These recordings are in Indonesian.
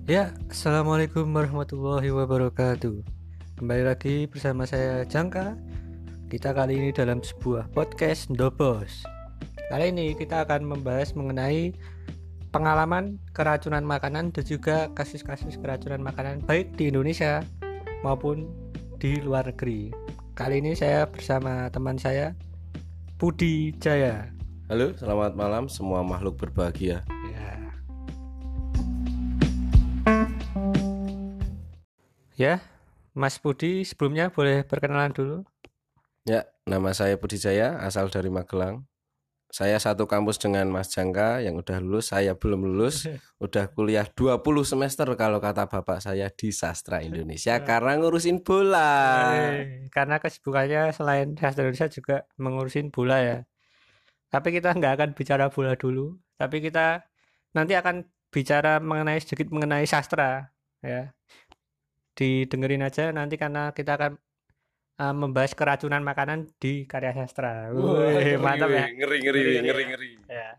Ya, assalamualaikum warahmatullahi wabarakatuh. Kembali lagi bersama saya Jangka. Kita kali ini dalam sebuah podcast Ndobos. Kali ini kita akan membahas mengenai pengalaman keracunan makanan dan juga kasus-kasus keracunan makanan baik di Indonesia maupun di luar negeri. Kali ini saya bersama teman saya Budi Jaya. Halo, selamat malam semua makhluk berbahagia. Ya, Mas Budi sebelumnya boleh perkenalan dulu. Ya, nama saya Budi Jaya, asal dari Magelang. Saya satu kampus dengan Mas Jangka yang udah lulus, saya belum lulus. Udah kuliah 20 semester kalau kata bapak saya di sastra Indonesia karena ngurusin bola. Karena kesibukannya selain sastra Indonesia juga mengurusin bola ya. Tapi kita nggak akan bicara bola dulu, tapi kita nanti akan bicara sedikit mengenai sastra ya. Didengerin aja nanti karena kita akan membahas keracunan makanan di karya sastra. Mantap ya. Ngeri. Ya.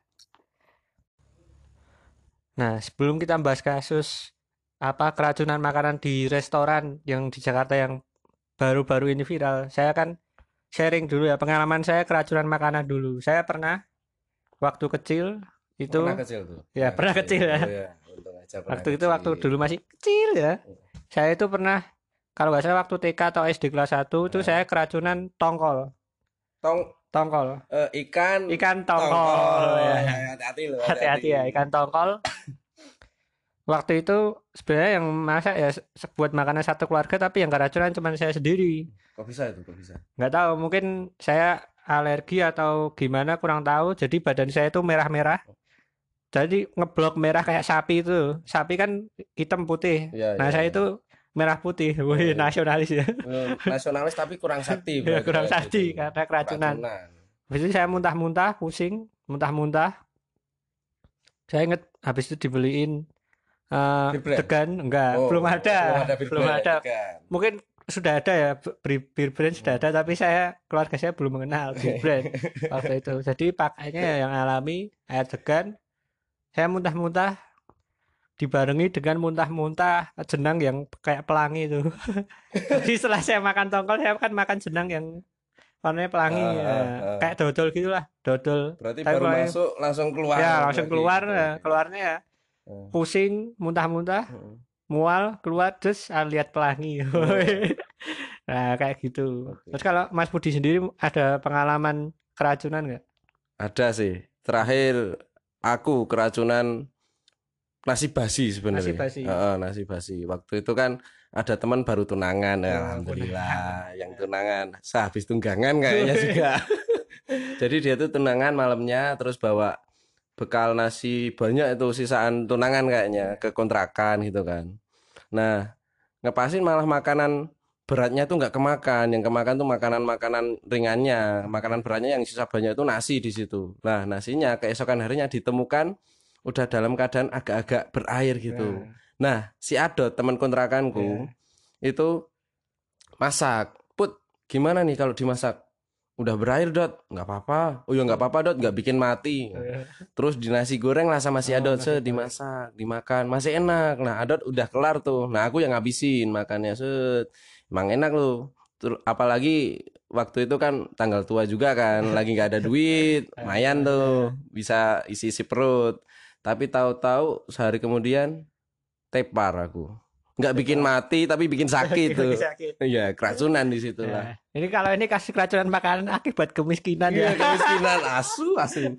Nah, sebelum kita membahas kasus keracunan makanan di restoran yang di Jakarta yang baru-baru ini viral, saya akan sharing dulu ya pengalaman saya keracunan makanan dulu. Saya pernah waktu kecil itu Pernah kecil tuh. Ya, pernah kecil ya. Oh, ya. Untung aja pernah Waktu itu kecil. waktu dulu masih kecil ya. Saya itu pernah kalau nggak salah waktu TK atau SD kelas 1 itu saya keracunan tongkol. Tongkol. Ikan tongkol. Ya. Hati-hati loh. Hati-hati ya, ikan tongkol. Waktu itu sebenarnya yang masak ya buat makanan satu keluarga, tapi yang keracunan cuma saya sendiri. Kok bisa itu? Nggak tahu, mungkin saya alergi atau gimana kurang tahu. Jadi badan saya itu merah-merah. Jadi ngeblok merah kayak sapi itu. Sapi kan hitam putih. Saya itu merah putih. Wih, nasionalis ya. Nasionalis tapi kurang sakti. Kurang sakti karena keracunan. Habis itu saya muntah-muntah, pusing, muntah-muntah. Saya inget habis itu dibeliin degan, enggak, belum ada. Mungkin sudah ada ya, bir brand sudah ada, tapi keluarga saya belum mengenal bir brand waktu itu. Jadi pakainya yang alami air degan. Saya muntah-muntah dibarengi dengan muntah-muntah jenang yang kayak pelangi itu. Jadi setelah saya makan tongkol, saya kan makan jenang yang warnanya pelangi, kayak dodol gitulah, dodol. Berarti baru masuk langsung keluar. Ya, langsung keluar, keluarnya ya. Pusing, muntah-muntah, mual, keluar, terus lihat pelangi. Nah, kayak gitu. Terus kalau Mas Budi sendiri ada pengalaman keracunan nggak? Ada sih. Terakhir aku keracunan nasi basi sebenarnya. Nasi basi. Waktu itu kan ada teman baru tunangan, alhamdulillah. Yang tunangan sehabis tunggangan kayaknya juga. Jadi dia tuh tunangan malamnya terus bawa bekal nasi banyak itu sisaan tunangan kayaknya ke kontrakan gitu kan. Nah, ngepasin malah makanan beratnya tuh nggak kemakan, yang kemakan tuh makanan-makanan ringannya, makanan beratnya yang sisa banyak itu nasi di situ. Nah, nasinya keesokan harinya ditemukan udah dalam keadaan agak-agak berair gitu. Nah, si Adot teman kontrakanku itu masak. Put, gimana nih kalau dimasak? Udah berair, Dot. Nggak apa-apa. Oh ya nggak apa-apa, Dot, nggak bikin mati. Terus di nasi goreng lah sama si Adot, dimasak, dimakan, masih enak. Nah, Adot udah kelar tuh. Nah, aku yang ngabisin makannya, emang enak loh. Apalagi waktu itu kan tanggal tua juga kan, lagi nggak ada duit, lumayan tuh, bisa isi-isi perut. Tapi tahu-tahu sehari kemudian tepar aku. Nggak bikin mati tapi bikin sakit tuh. Iya, keracunan di situ lah. Ini kalau ini kasih keracunan makanan akibat kemiskinan ya. Kemiskinan asin.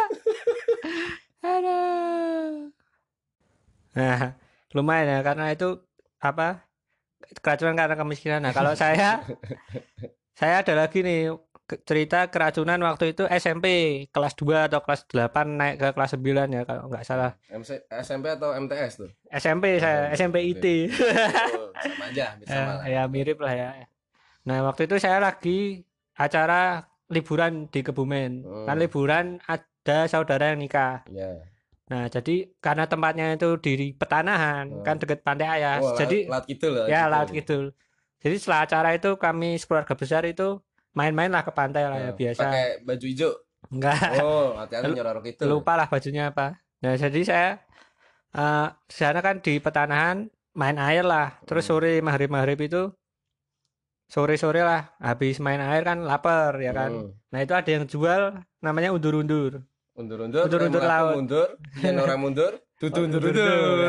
Nah, lumayan ya karena itu keracunan karena kemiskinan. Nah, kalau saya ada lagi nih cerita keracunan waktu itu SMP kelas 2 atau kelas 8 naik ke kelas 9 ya kalau nggak salah. SMP atau MTS tuh? SMP saya, SMP IT. Sama aja, sama lah. Ya mirip lah ya. Nah, waktu itu saya lagi acara liburan di Kebumen. Kan liburan ada saudara yang nikah. Nah, jadi karena tempatnya itu di Petanahan, kan dekat Pantai Ayas. Jadi Laut Kidul. Ya, Laut Kidul. Jadi setelah acara itu kami sekeluarga besar itu main-main lah ke pantai lah ya biasa. Pakai baju hijau? Enggak. Hati-hati nyoror itu. Lupa lah bajunya apa. Nah, jadi saya sana kan di petanahan main air lah. Terus sore maghrib itu sore lah habis main air kan lapar ya kan. Nah itu ada yang jual namanya undur-undur laut. Yen orang mundur undur-undur.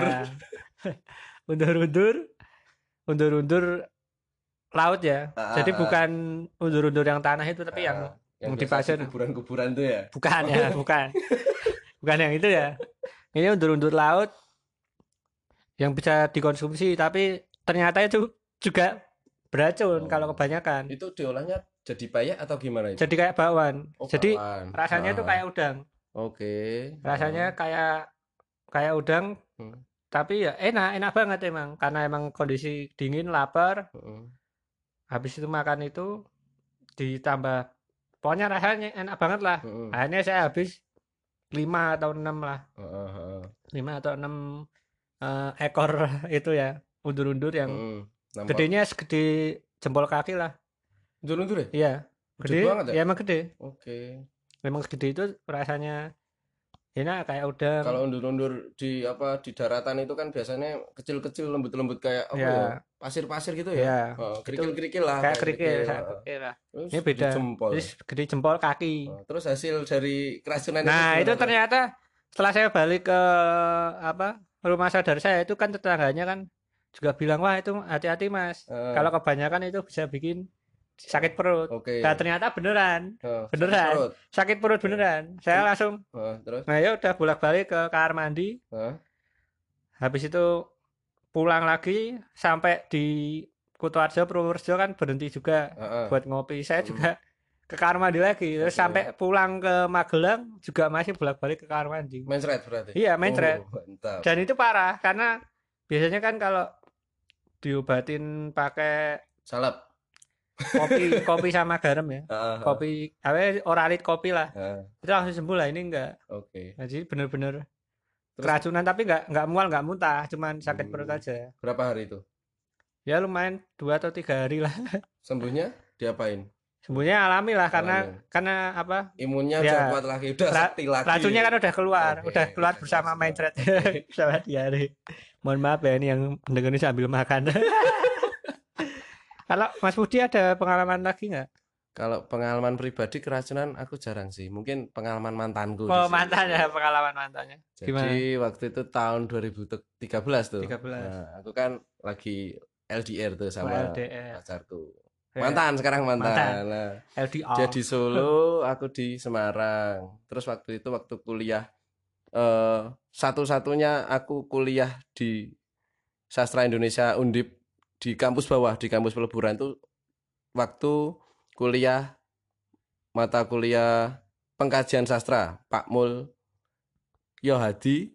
Undur-undur laut ya. Jadi bukan undur-undur yang tanah itu tapi yang di pasir. Kuburan-kuburan tuh ya. Bukan bukan yang itu ya. Ini undur-undur laut yang bisa dikonsumsi tapi ternyata itu juga beracun kalau kebanyakan. Itu diolahnya jadi payak atau gimana itu? Jadi kayak bakwan. Jadi rasanya itu kayak udang. Oke. Rasanya kayak udang. Tapi ya enak banget emang karena emang kondisi dingin, lapar. Habis itu makan itu ditambah pokoknya rasanya enak banget lah. Akhirnya saya habis 5 atau 6 lah. 5 atau 6 ekor itu ya, undur-undur yang gedenya segede jempol kaki lah. Undur-undur ya? Iya. Gede banget ya? Ya emang gede. Oke. Memang segede itu rasanya enak kayak udang. Kalau undur-undur di daratan itu kan biasanya kecil-kecil lembut-lembut kayak ya? Pasir-pasir gitu ya. Kerikil-kerikil lah. Kayak kerikil lah. Ini beda. Jadi gede jempol kaki. Terus hasil dari keracunan itu ternyata setelah saya balik ke rumah saudara saya itu kan tetangganya kan juga bilang wah itu hati-hati mas. Kalau kebanyakan itu bisa bikin sakit perut. Nah ternyata beneran sakit perut beneran. Saya langsung terus? Nah ya udah bolak-balik ke kamar mandi. Habis itu pulang lagi sampai di Kutoarjo Purworejo kan berhenti juga buat ngopi. Saya juga ke kamar mandi lagi. Terus sampai pulang ke Magelang juga masih bolak-balik ke kamar mandi. Mencret berarti? Iya mencret. Dan itu parah karena biasanya kan kalau diobatin pakai salep kopi sama garam ya. Kopi oralit kopi lah. Itu langsung sembuh lah, ini enggak. Jadi bener-bener keracunan tapi enggak mual, enggak muntah, cuman sakit perut aja. Berapa hari itu? Ya lumayan 2 atau 3 hari lah. Sembuhnya diapain? Sembuhnya alami lah karena apa? Imunnya udah kuat lagi, udah sakti lagi. Racunnya kan udah keluar bersama mencret. Bersama diare. Mohon maaf ya ini yang mendengarnya sambil makan. Kalau Mas Budi ada pengalaman lagi nggak? Kalau pengalaman pribadi keracunan aku jarang sih. Mungkin pengalaman mantanku. Mantan ya, pengalaman mantannya. Jadi waktu itu tahun 2013 tuh. 13. Nah, aku kan lagi LDR tuh sama pacarku. Mantan sekarang mantan. Nah, LDR. Dia di Solo, aku di Semarang. Terus waktu kuliah satu-satunya aku kuliah di Sastra Indonesia Undip di kampus bawah, di kampus peleburan tuh waktu kuliah mata kuliah pengkajian sastra Pak Mul Hadi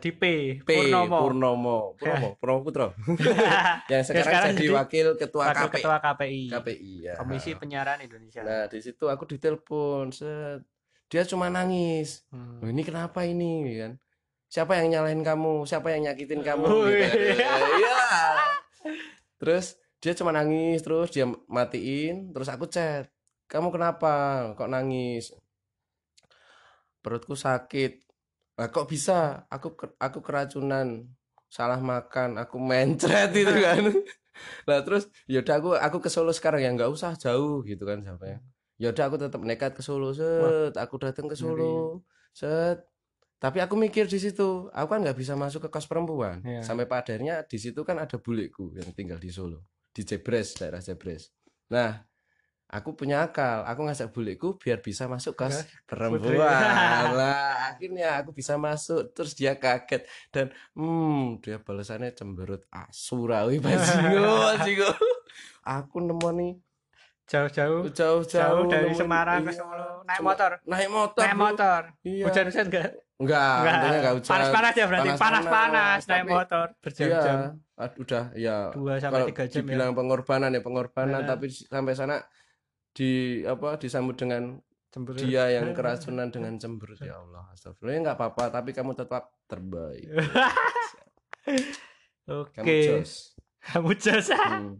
Purnomo Putro yang sekarang jadi wakil ketua KPI ya. Komisi Penyiaran Indonesia. Nah di situ aku ditelepon, dia cuma nangis. Ini kenapa ini kan? Siapa yang nyalahin kamu? Siapa yang nyakitin kamu? Gitu. Iya. Terus dia cuma nangis, terus dia matiin, terus aku chat. Kamu kenapa? Kok nangis? Perutku sakit. Nah, kok bisa? Aku keracunan, salah makan, aku mencret itu kan. Nah, terus yaudah aku ke Solo sekarang ya, nggak usah jauh gitu kan sampai. Yaudah aku tetap nekat ke Solo, aku datang ke Solo, Tapi aku mikir di situ, aku kan nggak bisa masuk ke kos perempuan. Sampai padarnya di situ kan ada buleku yang tinggal di Solo, di Jebres, daerah Jebres. Nah, aku punya akal, aku ngajak buleku biar bisa masuk kos perempuan. Lah, akhirnya aku bisa masuk, terus dia kaget dan dia balasannya cemberut Surawi bajingo. Aku nemu nih jauh dari Semarang ke Solo naik motor. Iya. Hujan enggak? Enggak, enggak hujan. Panas ya berarti, panas naik motor berjam-jam. Udah ya 2 sampai 3 jam dibilang ya. Pengorbanan tapi sampai sana disambut dengan dia yang keracunan dengan cemberut. Ya Allah, astagfirullah. Ya enggak apa-apa, tapi kamu tetap terbaik. Oke. Kamu jos.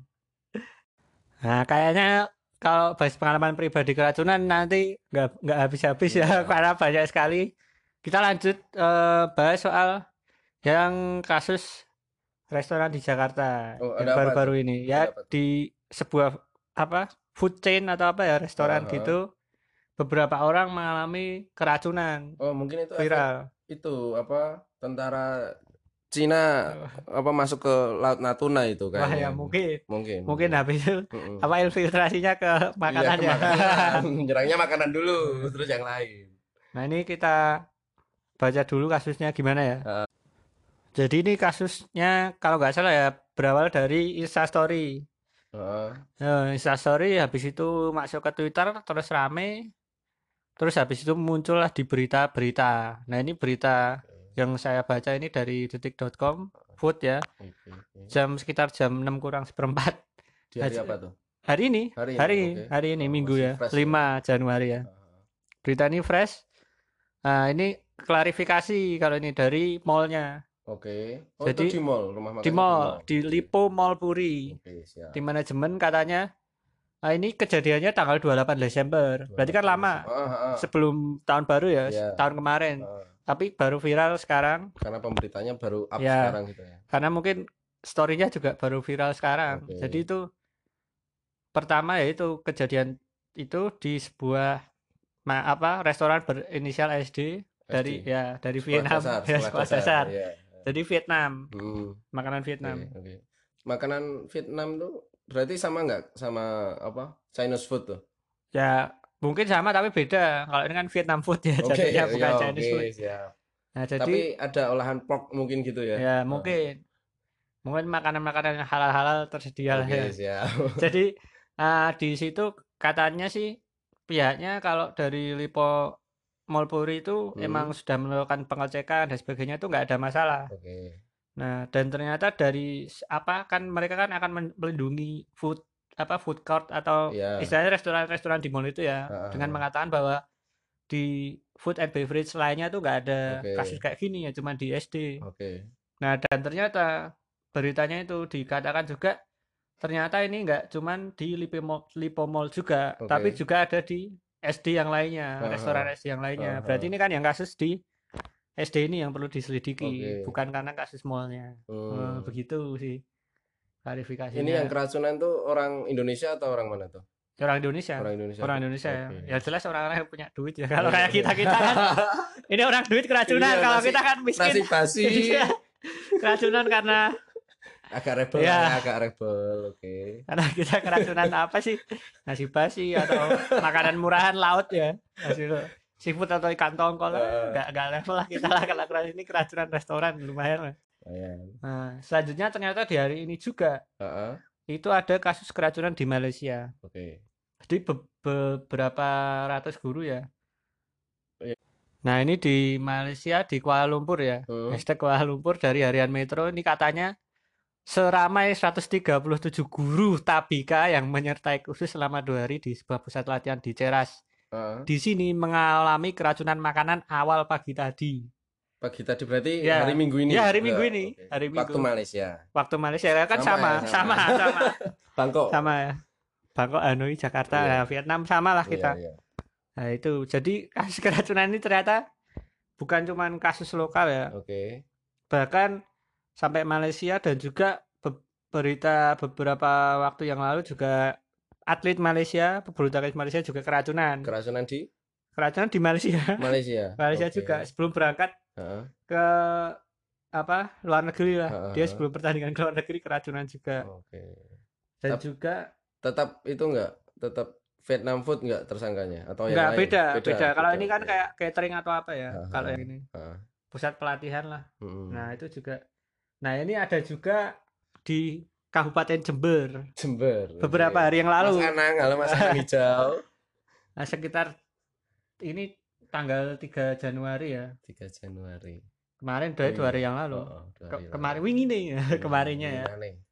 Nah, kayaknya kalau bahas pengalaman pribadi keracunan nanti nggak habis-habis ya karena banyak sekali. Kita lanjut bahas soal Yang kasus restoran di Jakarta yang baru-baru ini ya, di sebuah food chain atau restoran gitu, beberapa orang mengalami keracunan. Mungkin itu viral. Itu tentara Cina masuk ke Laut Natuna itu kayaknya. Wah ya mungkin habis itu infiltrasinya ke makanannya. Menyerangnya makanan dulu terus yang lain. Nah ini kita baca dulu kasusnya gimana ya. Jadi ini kasusnya kalau nggak salah ya berawal dari Instastory. Instastory habis itu masuk ke Twitter terus rame. Terus habis itu muncullah di berita-berita. Nah ini berita yang saya baca ini dari detik.com food ya. Sekitar jam 6 kurang seperempat. Di hari apa tuh? Hari ini Minggu ya, 5 Januari ya. Berita ini fresh. Nah ini klarifikasi kalau ini dari mallnya. Oke. Jadi itu di mall, rumah makan di mall, di Lipo Mall Puri. Siap. Di manajemen katanya ini kejadiannya tanggal 28 Desember. Berarti kan lama. Sebelum tahun baru ya, tahun kemarin. Tapi baru viral sekarang. Karena pemberitanya baru up sekarang gitu ya. Karena mungkin story-nya juga baru viral sekarang. Jadi itu pertama yaitu kejadian itu di sebuah restoran berinisial SD dari Vietnam, sekolah dasar. Jadi Vietnam. Makanan Vietnam. Makanan Vietnam tuh berarti sama nggak sama Chinese food tuh? Ya mungkin sama tapi beda. Kalau ini kan Vietnam food ya, jadinya bukan Chinese food. Nah, jadi tapi ada olahan pork mungkin gitu ya? Ya mungkin makanan-makanan yang halal-halal tersedia lah ya. Jadi di situ katanya sih pihaknya kalau dari Lipo Mall Puri itu emang sudah melakukan pengecekan dan sebagainya itu nggak ada masalah. Nah, dan ternyata dari kan mereka kan akan melindungi food court atau istilahnya restoran-restoran di mall itu ya, dengan mengatakan bahwa di food and beverage lainnya tuh nggak ada kasus kayak gini ya, cuma di SD. Nah, dan ternyata beritanya itu dikatakan juga ternyata ini nggak cuman di Lipo Mall juga, tapi juga ada di SD yang lainnya, restoran SD yang lainnya. Berarti ini kan yang kasus di SD ini yang perlu diselidiki, bukan karena kasus mallnya. Begitu sih klarifikasinya. Ini yang keracunan tuh orang Indonesia atau orang mana tuh? Orang Indonesia. Orang Indonesia ya. Ya jelas orang-orang yang punya duit ya. Kalau kayak kita kan ini orang duit keracunan. Kalau kita kan miskin. Nasi basi. Keracunan karena agak rebel ya. Agak rebel. Karena kita keracunan apa sih? Nasi basi atau makanan murahan laut ya. Seafood atau ikan tongkol enggak level lah kita lah. Kalau ini keracunan restoran lumayan lah. Nah, selanjutnya ternyata di hari ini juga itu ada kasus keracunan di Malaysia. Jadi beberapa ratus guru ya. Nah ini di Malaysia di Kuala Lumpur ya. Hashtag Kuala Lumpur dari Harian Metro ini katanya seramai 137 guru Tabika yang menyertai kursus selama 2 hari di sebuah pusat latihan di Ceras. Di sini mengalami keracunan makanan awal pagi tadi. Pagi tadi berarti hari Minggu ini. Ya hari Minggu ini. Hari Minggu. Waktu Malaysia kan sama. Bangkok. Sama ya. Bangkok, Hanoi, Jakarta, Vietnam sama lah kita. Nah itu jadi kasus keracunan ini ternyata bukan cuma kasus lokal ya. Bahkan sampai Malaysia dan juga berita beberapa waktu yang lalu juga atlet Malaysia, pebulu tangkis Malaysia juga keracunan. Keracunan di Malaysia. Malaysia juga sebelum berangkat ke luar negeri lah. Dia sebelum pertandingan ke luar negeri keracunan juga. Dan juga tetap itu tetap Vietnam food enggak tersangkanya atau yang lain? Beda. Kalau ini kan kayak catering atau apa ya. Kalau yang ini pusat pelatihan lah. Nah itu juga. Nah ini ada juga di Kabupaten Jember. Beberapa hari yang lalu. Mas Anang hijau. Nah sekitar ini tanggal 3 Januari ya. 3 Januari. Kemarin 2 hari yang lalu. Kemarin wingi nih ya, kemarinnya ya.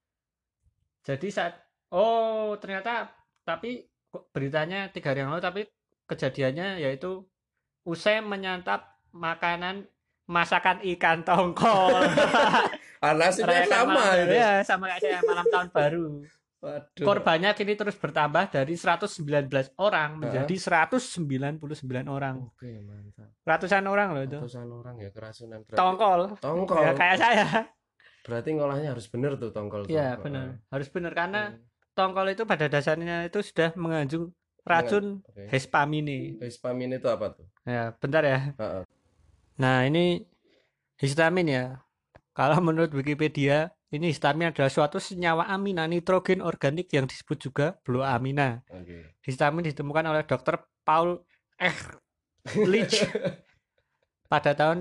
Jadi ternyata tapi beritanya 3 hari yang lalu tapi kejadiannya yaitu usai menyantap makanan masakan ikan tongkol. Nasibnya sama itu. Ya, sama kayak saya malam tahun baru. Korbannya kini terus bertambah dari 119 orang menjadi 199 orang. Oke, mantap. Ratusan orang loh itu. Ratusan orang ya keracunan. Tongkol. Ya kayak saya. Berarti ngolahnya harus benar tuh tongkol. Iya, benar. Harus benar karena tongkol itu pada dasarnya itu sudah mengandung racun histamine. Histamine itu apa tuh? Ya, bentar ya. Nah, ini histamin ya. Kalau menurut Wikipedia, ini histamin adalah suatu senyawa amina nitrogen organik yang disebut juga bioamina. Histamin ditemukan oleh Dr. Paul Ehrlich pada tahun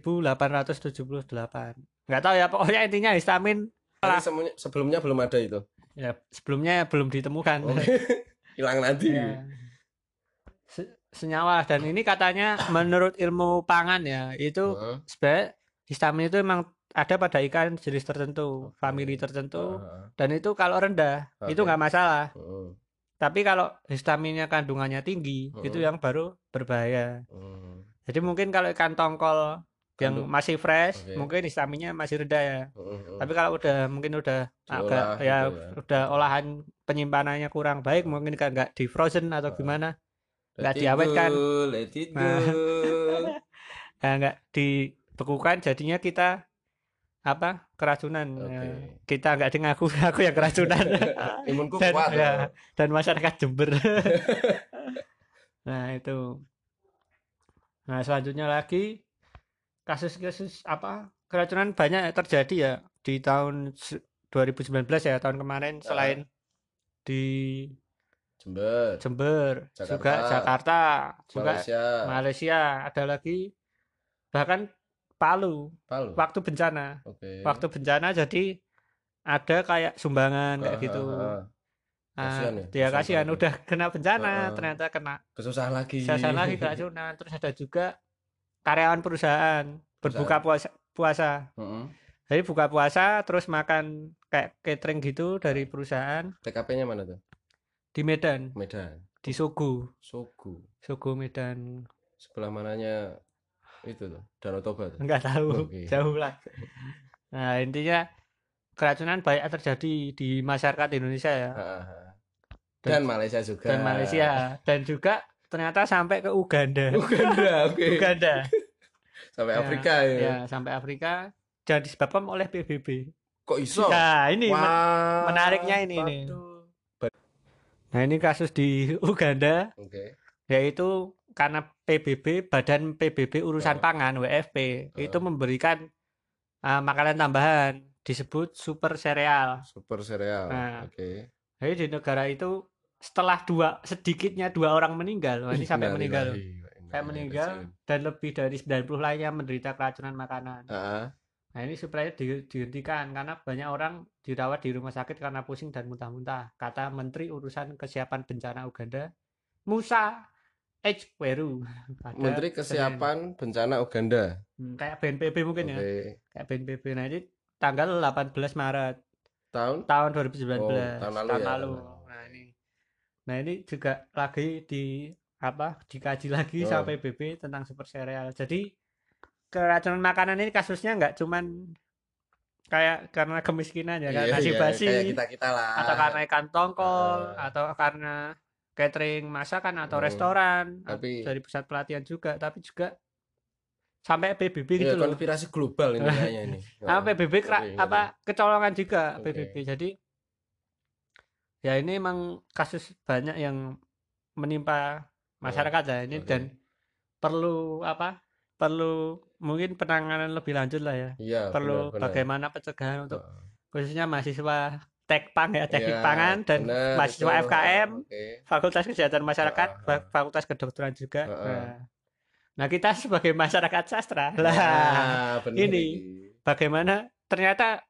1878. Nggak tahu ya, pokoknya intinya histamin. Sebelumnya belum ada itu. Ya, sebelumnya belum ditemukan. Hilang nanti. Ya. Senyawa, dan ini katanya menurut ilmu pangan ya, itu sebenarnya histamin itu memang ada pada ikan jenis tertentu, famili tertentu, dan itu kalau rendah itu nggak masalah. Tapi kalau histaminnya kandungannya tinggi, itu yang baru berbahaya. Jadi mungkin kalau ikan tongkol yang masih fresh, mungkin histaminnya masih rendah ya. Tapi kalau mungkin udah agak ya, udah olahan penyimpanannya kurang baik, mungkin kan nggak di frozen atau gimana, nggak diawetkan, nggak dibekukan, jadinya kita keracunan. Kita nggak dengaku, aku yang keracunan. Imunku kuat ya. Dan masyarakat Jember. Nah itu. Nah selanjutnya lagi kasus-kasus keracunan banyak terjadi ya di tahun 2019 ya, tahun kemarin. Selain di Jember, juga Jakarta, juga Malaysia, ada lagi bahkan Palu. Waktu bencana. Waktu bencana jadi ada kayak sumbangan kayak gitu. Kasihan udah kena bencana, ternyata kena kesusahan lagi keracunan. Terus ada juga karyawan perusahaan berbuka puasa. Jadi buka puasa terus makan kayak catering gitu dari perusahaan. TKP-nya mana tuh? Di Medan. Di Sogo Medan. Sebelah mananya itu tuh, Danau Toba tuh? Enggak tahu, jauh lah. Nah intinya keracunan banyak terjadi di masyarakat Indonesia ya. Dan Malaysia juga. Dan juga ternyata sampai ke Uganda. Uganda. Sampai ya, Afrika ya. Ya, sampai Afrika, dan disebabkan oleh PBB. Kok iso? Nah, ini menariknya ini. Nah, ini kasus di Uganda. Yaitu karena PBB, Badan PBB Urusan Pangan WFP, itu memberikan makanan tambahan disebut super sereal. Nah, jadi di negara itu setelah sedikitnya 2 orang meninggal, ini sampai meninggal. Dan lebih dari 90 lainnya menderita keracunan makanan. Nah, ini supaya dihentikan karena banyak orang dirawat di rumah sakit karena pusing dan muntah-muntah, kata Menteri Urusan Kesiapan Bencana Uganda, Musa Ejweru. Menteri Kesiapan Bencana Uganda. Kayak BNPB mungkin ya. Kayak BNPB. Nah, ini tanggal 18 Maret. Tahun 2019. Tahun lalu. Nah, ini juga lagi dikaji lagi sama PBB tentang super sereal. Jadi keracunan makanan ini kasusnya nggak cuman kayak karena kemiskinan ya, karena nasi basi, kayak kita lah, atau karena ikan tongkol, atau karena catering masakan atau restoran, tapi dari pusat pelatihan juga, tapi juga sampai PBB gitu loh. Konspirasi global ini kayaknya ini. PBB kecolongan juga PBB. Jadi ya ini emang kasus banyak yang menimpa masyarakat ya ini, dan perlu mungkin penanganan lebih lanjut lah ya. Perlu benar. Bagaimana pencegahan untuk khususnya mahasiswa Tekpang ya, teknik pangan, dan mahasiswa FKM, Fakultas Kesehatan Masyarakat, Fakultas Kedokteran juga. Nah, kita sebagai masyarakat sastra ini bagaimana ternyata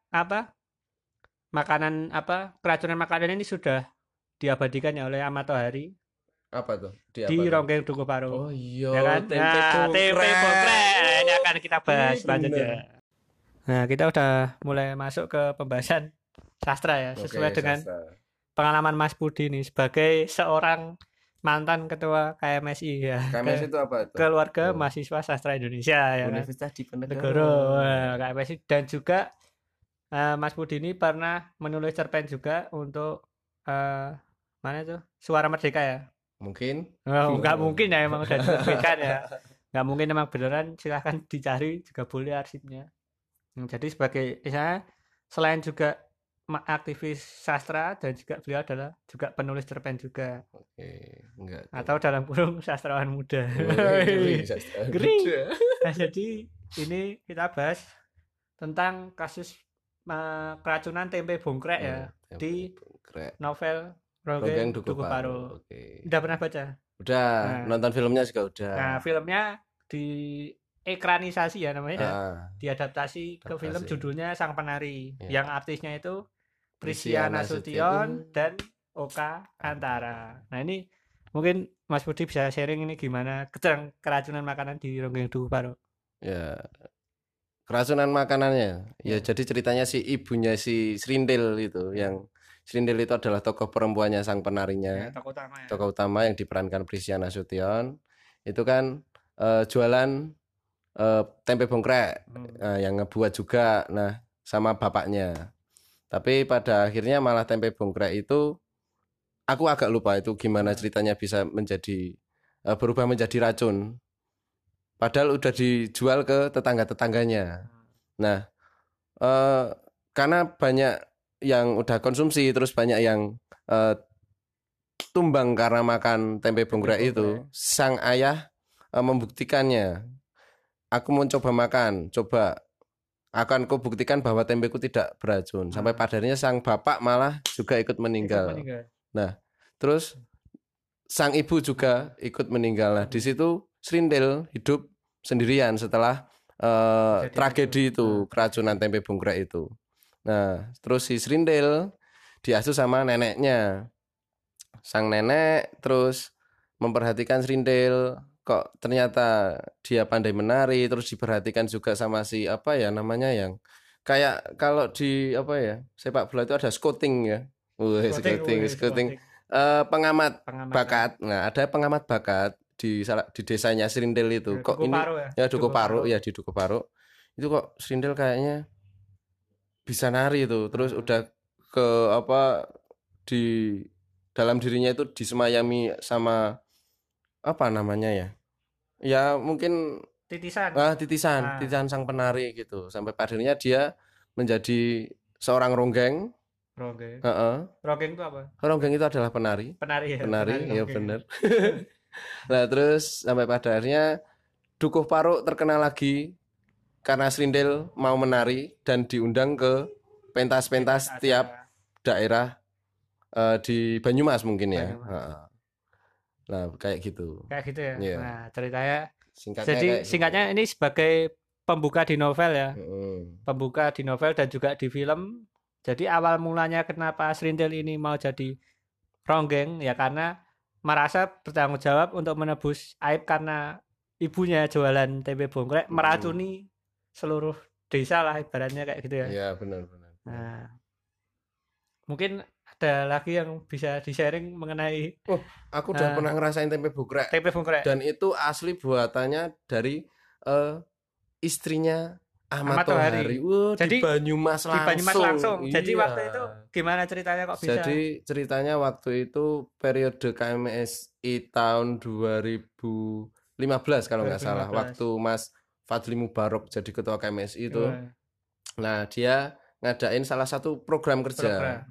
keracunan makanan ini sudah diabadikan ya oleh Ahmad Tohari. Apa tuh? Di Ronggeng Dukuh Parung. Oh iya, ya kan? Tempe Bongkrek. Ini akan kita bahas selanjutnya. Nah, kita udah mulai masuk ke pembahasan sastra ya, sesuai dengan pengalaman Mas Budi nih sebagai seorang mantan ketua KMSI ya. KMSI itu apa itu? Keluarga Mahasiswa Sastra Indonesia ya. Universitas Diponegoro. KMSI, dan juga Mas Budi ini pernah menulis cerpen juga untuk mana itu Suara Merdeka ya? Mungkin. Nggak mungkin ya, emang udah diterbitkan ya. Nggak mungkin emang beneran, silahkan dicari juga boleh arsipnya. Jadi sebagai misalnya selain juga aktivis sastra dan juga beliau adalah juga penulis cerpen juga. Oke, enggak. Atau dalam kurung sastrawan muda. Ngeri. Nah, jadi ini kita bahas tentang kasus keracunan tempe bongkrek ya di novel Ronggeng Dukuh Paro. Udah pernah baca? Udah, nonton filmnya juga udah. Nah, filmnya di ekranisasi ya namanya, diadaptasi ke film judulnya Sang Penari, yang artisnya itu Prisia Nasution dan Oka Antara. Nah, ini mungkin Mas Budi bisa sharing ini gimana keracunan makanan di Ronggeng Dukuh Paro. Ya, keracunan makanannya. Ya, jadi ceritanya si ibunya si Srindil itu, yang Srindil itu adalah tokoh perempuannya sang penarinya. Tokoh utama yang diperankan Prisia Nasution. Itu kan jualan tempe bongkrek yang ngebuat juga sama bapaknya. Tapi pada akhirnya malah tempe bongkrek itu aku agak lupa itu gimana ceritanya bisa menjadi berubah menjadi racun. Padahal udah dijual ke tetangga-tetangganya. Nah, karena banyak yang udah konsumsi, terus banyak yang tumbang karena makan tempe bongkrek itu, sang ayah membuktikannya. Aku mau coba makan, akan kubuktikan bahwa tempeku tidak beracun. Sampai pada akhirnya sang bapak malah juga ikut meninggal. Nah, terus sang ibu juga ikut meninggal. Nah, di situ Srindil hidup sendirian setelah tragedi itu, keracunan tempe bongkrek itu. Nah, terus si Srindil diasuh sama neneknya. Sang nenek terus memperhatikan Srindil, kok ternyata dia pandai menari, terus diperhatikan juga sama si yang kayak kalau di sepak bola itu ada scouting ya. Scouting. Pengamat bakat. Nah, ada pengamat bakat di desanya Srindil itu. Kok ini Dukuh Paro ya, di Dukuh Paro. Itu kok Srindil kayaknya bisa nari itu. Terus udah ke di dalam dirinya itu disemayami sama ya mungkin titisan sang penari gitu. Sampai pada akhirnya dia menjadi seorang ronggeng. Ronggeng itu apa? Ronggeng itu adalah penari ya benar. Nah, terus sampai pada akhirnya Dukuh Paro terkenal lagi karena Srindil mau menari dan diundang ke pentas-pentas tiap daerah di Banyumas mungkin ya. Nah, kayak gitu ya. Nah, ceritanya singkatnya ini sebagai pembuka di novel ya. Pembuka di novel dan juga di film. Jadi awal mulanya kenapa Srindil ini mau jadi ronggeng ya karena merasa bertanggung jawab untuk menebus aib karena ibunya jualan tempe bongkrek meracuni seluruh desa lah ibaratnya kayak gitu ya. Iya, benar. Nah, mungkin ada lagi yang bisa di-sharing mengenai aku udah pernah ngerasain tempe bongkrek. Dan itu asli buatannya dari istrinya Ahmad Tohari. Jadi di Banyumas langsung. Iya. Jadi waktu itu gimana ceritanya kok bisa? Jadi ceritanya waktu itu periode KMSI tahun 2015 kalau nggak salah. Waktu Mas Fadli Mubarok jadi ketua KMSI itu. Nah, dia ngadain salah satu program kerja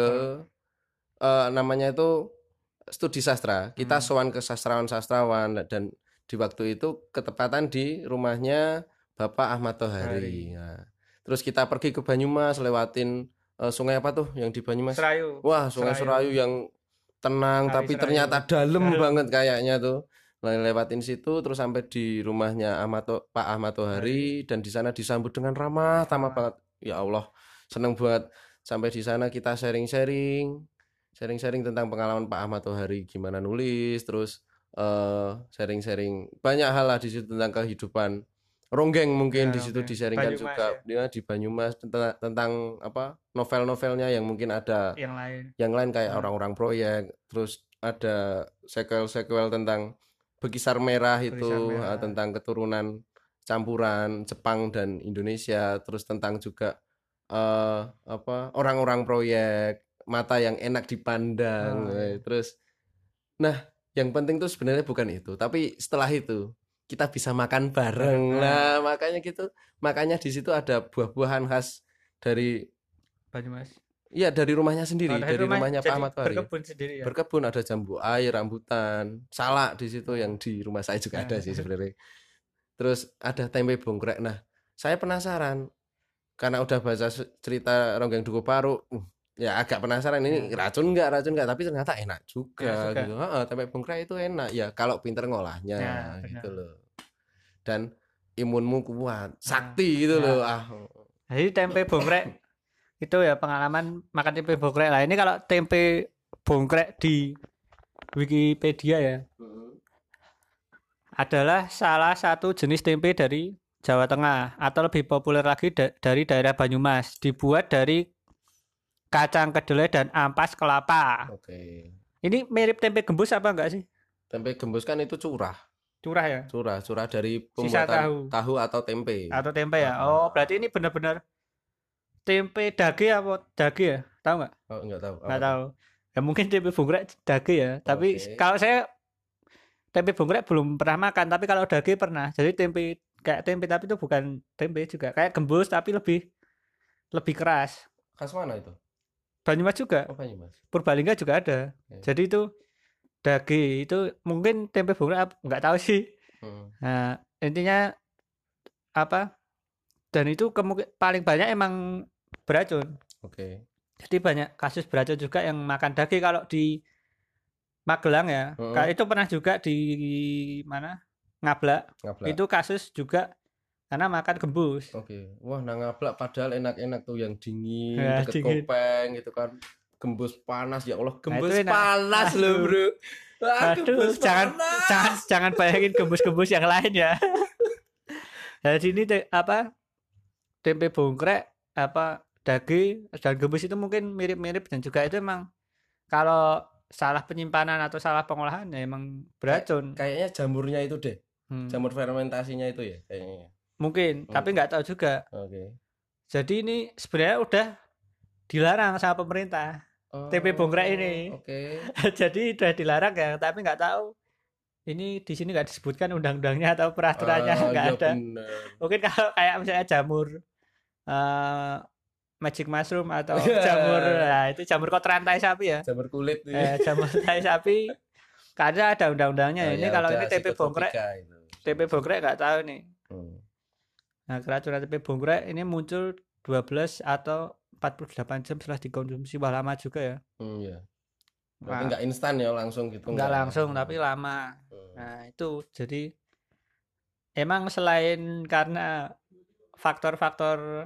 namanya itu studi sastra. Kita sowan ke sastrawan dan di waktu itu ketepatan di rumahnya Bapak Ahmad Tohari. Nah, terus kita pergi ke Banyumas lewatin sungai apa tuh yang di Banyumas? Serayu. Wah, Sungai Serayu yang tenang tapi ternyata dalam banget kayaknya tuh. Lewatin situ terus sampai di rumahnya Pak Ahmad Tohari dan di sana disambut dengan ramah banget. Ya Allah, seneng buat sampai di sana kita sharing-sharing tentang pengalaman Pak Ahmad Tohari gimana nulis, terus sharing-sharing banyak hal lah di situ tentang kehidupan ronggeng mungkin di situ di-sharingkan juga ya. Di Banyumas tentang novel-novelnya yang mungkin ada yang lain kayak orang-orang proyek, terus ada sequel tentang Bekisar Merah itu tentang keturunan campuran Jepang dan Indonesia, terus tentang juga orang-orang proyek mata yang enak dipandang. Terus nah, yang penting tuh sebenarnya bukan itu, tapi setelah itu kita bisa makan bareng. Nah, makanya di situ ada buah-buahan khas dari Banyumas. Iya, dari rumahnya sendiri, dari rumahnya Pak Ahmad Fahri. Berkebun sendiri ya. Berkebun, ada jambu air, rambutan, salak di situ yang di rumah saya juga ada sih sebenarnya. Terus ada tempe bongkrek. Nah, saya penasaran karena udah baca cerita Ronggeng Dukuh Paru. Ya agak penasaran ini racun enggak, tapi ternyata enak juga gitu. Tempe bongkrek itu enak ya kalau pinter ngolahnya gitu loh. Dan imunmu kuat, sakti gitu loh. Jadi tempe bongkrek itu ya pengalaman makan tempe bongkrek lah. Ini kalau tempe bongkrek di Wikipedia ya, adalah salah satu jenis tempe dari Jawa Tengah atau lebih populer lagi dari daerah Banyumas. Dibuat dari kacang kedelai dan ampas kelapa. Oke. Ini mirip tempe gembus apa enggak sih? Tempe gembus kan itu curah. Curah ya? Curah dari pembuatan tahu atau tempe. Atau tempe ya. Oh, berarti ini benar-benar tempe dage apa dage ya? Tahu enggak? Oh, enggak tahu. Enggak tahu. Ya mungkin tempe bongkrek dage ya. Tapi kalau saya tempe bongkrek belum pernah makan, tapi kalau dage pernah. Jadi tempe kayak tempe tapi itu bukan tempe juga. Kayak gembus tapi lebih keras. Khas mana itu? Banyumas juga. Oh, Banyumas. Purbalingga juga ada. Jadi itu dage itu mungkin tempe bongkrek enggak tahu sih. Nah, intinya apa? Dan itu paling banyak emang beracun. Oke. Jadi banyak kasus beracun juga yang makan daging kalau di Magelang ya. Itu pernah juga di mana? Ngablak. Itu kasus juga karena makan gembus. Oke. Wah, Ngablak padahal enak-enak tuh yang dingin, deket kopeng gitu kan. Gembus panas ya Allah, gembus panas loh, Bro. Aduh, jangan bayangin gembus-gembus yang lain ya. Nah, sini tempe bongkrek daging dan gembus itu mungkin mirip-mirip dan juga itu emang kalau salah penyimpanan atau salah pengolahan ya emang beracun. Kayaknya jamurnya itu deh. Jamur fermentasinya itu ya kayaknya. Mungkin, tapi nggak tahu juga. Oke. Jadi ini sebenarnya udah dilarang sama pemerintah. Tempe bongkrek ini. Oke. Jadi udah dilarang ya, tapi nggak tahu. Ini di sini nggak disebutkan undang-undangnya atau peraturannya nggak ada. Bener. Mungkin kalau kayak misalnya jamur magic mushroom atau jamur, nah itu jamur kotoran tai sapi ya. Jamur kulit. Jamur tai sapi. Karena ada undang-undangnya. Ini kalau ini tempe bongkrek, nggak tahu nih. Nah keracunan tempe bongkrek ini muncul 12 atau 48 jam setelah dikonsumsi. Wah lama juga ya. Iya. Berarti nggak instan ya langsung gitu. Nggak langsung tapi lama. Nah itu jadi emang selain karena faktor-faktor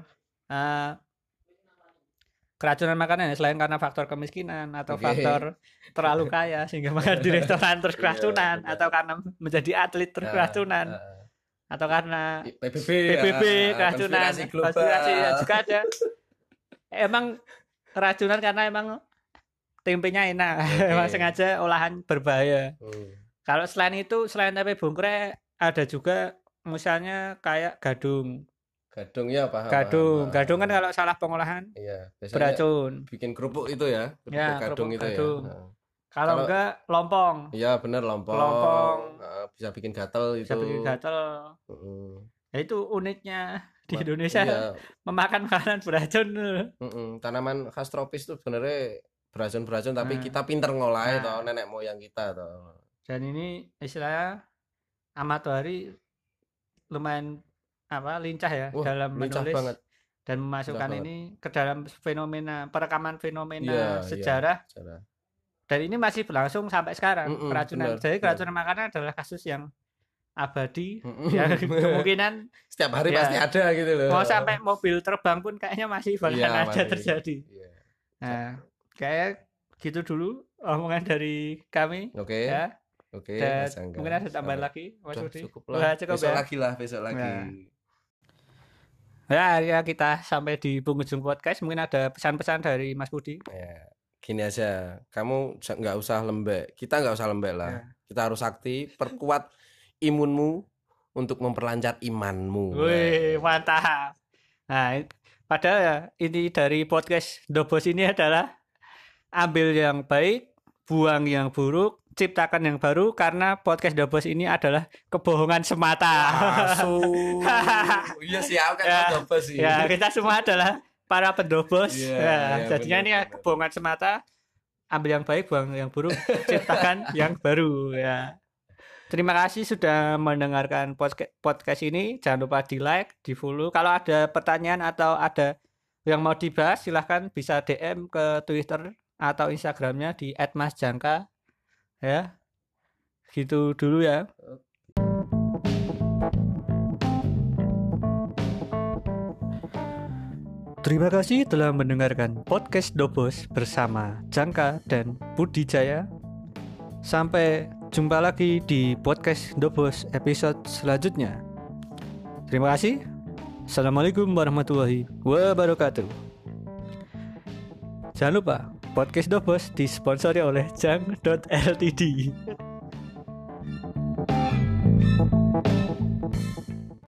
keracunan makanan ya, selain karena faktor kemiskinan atau faktor terlalu kaya sehingga makan di restoran terus keracunan, atau karena menjadi atlet terus keracunan, atau karena PBB keracunan, konspirasi ya juga ada. Emang keracunan karena emang tempenya enak, emang sengaja olahan berbahaya. Kalau selain itu, selain tempe bongkrek ada juga misalnya kayak gadung. Gadung ya paham. Gadung kan kalau salah pengolahan beracun. Bikin kerupuk itu ya, gadung itu gadung. Ya. Kalau enggak lompong. Iya benar lompong. Bisa bikin gatel itu. Bisa bikin gatel. Ya itu uniknya di Indonesia memakan makanan beracun. Tanaman khas tropis itu sebenarnya beracun tapi kita pinter ngolahnya toh, nenek moyang kita toh. Dan ini istilahnya Ahmad Fahri lumayan lincah ya dalam menulis banget. Dan memasukkan ini ke dalam perekaman fenomena sejarah. Dan ini masih berlangsung sampai sekarang keracunan. Jadi keracunan makanan adalah kasus yang abadi, ya kemungkinan setiap hari pasti ada gitu loh. Mau sampai mobil terbang pun kayaknya masih bakalan ada terjadi. Nah, kayak gitu dulu omongan dari kami. Oke. Ya. Oke. Mungkin ada tambahan lagi, Mas Budi. Cukup lah. Besok lagi. Ya, kita sampai di penghujung podcast. Mungkin ada pesan-pesan dari Mas Budi. Ya, gini aja, kamu nggak usah lembek, kita nggak usah lembek lah. Kita harus sakti, perkuat imunmu untuk memperlancar imanmu. Wih, mantap. Nah, padahal ya ini dari podcast Dobos ini adalah ambil yang baik, buang yang buruk, ciptakan yang baru, karena podcast Dobos ini adalah kebohongan semata. Iya sih, aku kan Dobos sih. Ya, kita semua adalah para pendobos. Jadinya ini kebohongan semata. Ambil yang baik, buang yang buruk, ciptakan yang baru ya. Terima kasih sudah mendengarkan podcast ini. Jangan lupa di-like, di-follow. Kalau ada pertanyaan atau ada yang mau dibahas, silahkan bisa DM ke Twitter atau Instagramnya di @masjangka. Ya, gitu dulu ya. Terima kasih telah mendengarkan podcast Dobos bersama Jangka dan Budi Jaya. Sampai jumpa lagi di podcast Dobos episode selanjutnya. Terima kasih. Assalamualaikum warahmatullahi wabarakatuh. Jangan lupa podcast Dobos disponsori oleh Jang.ltd.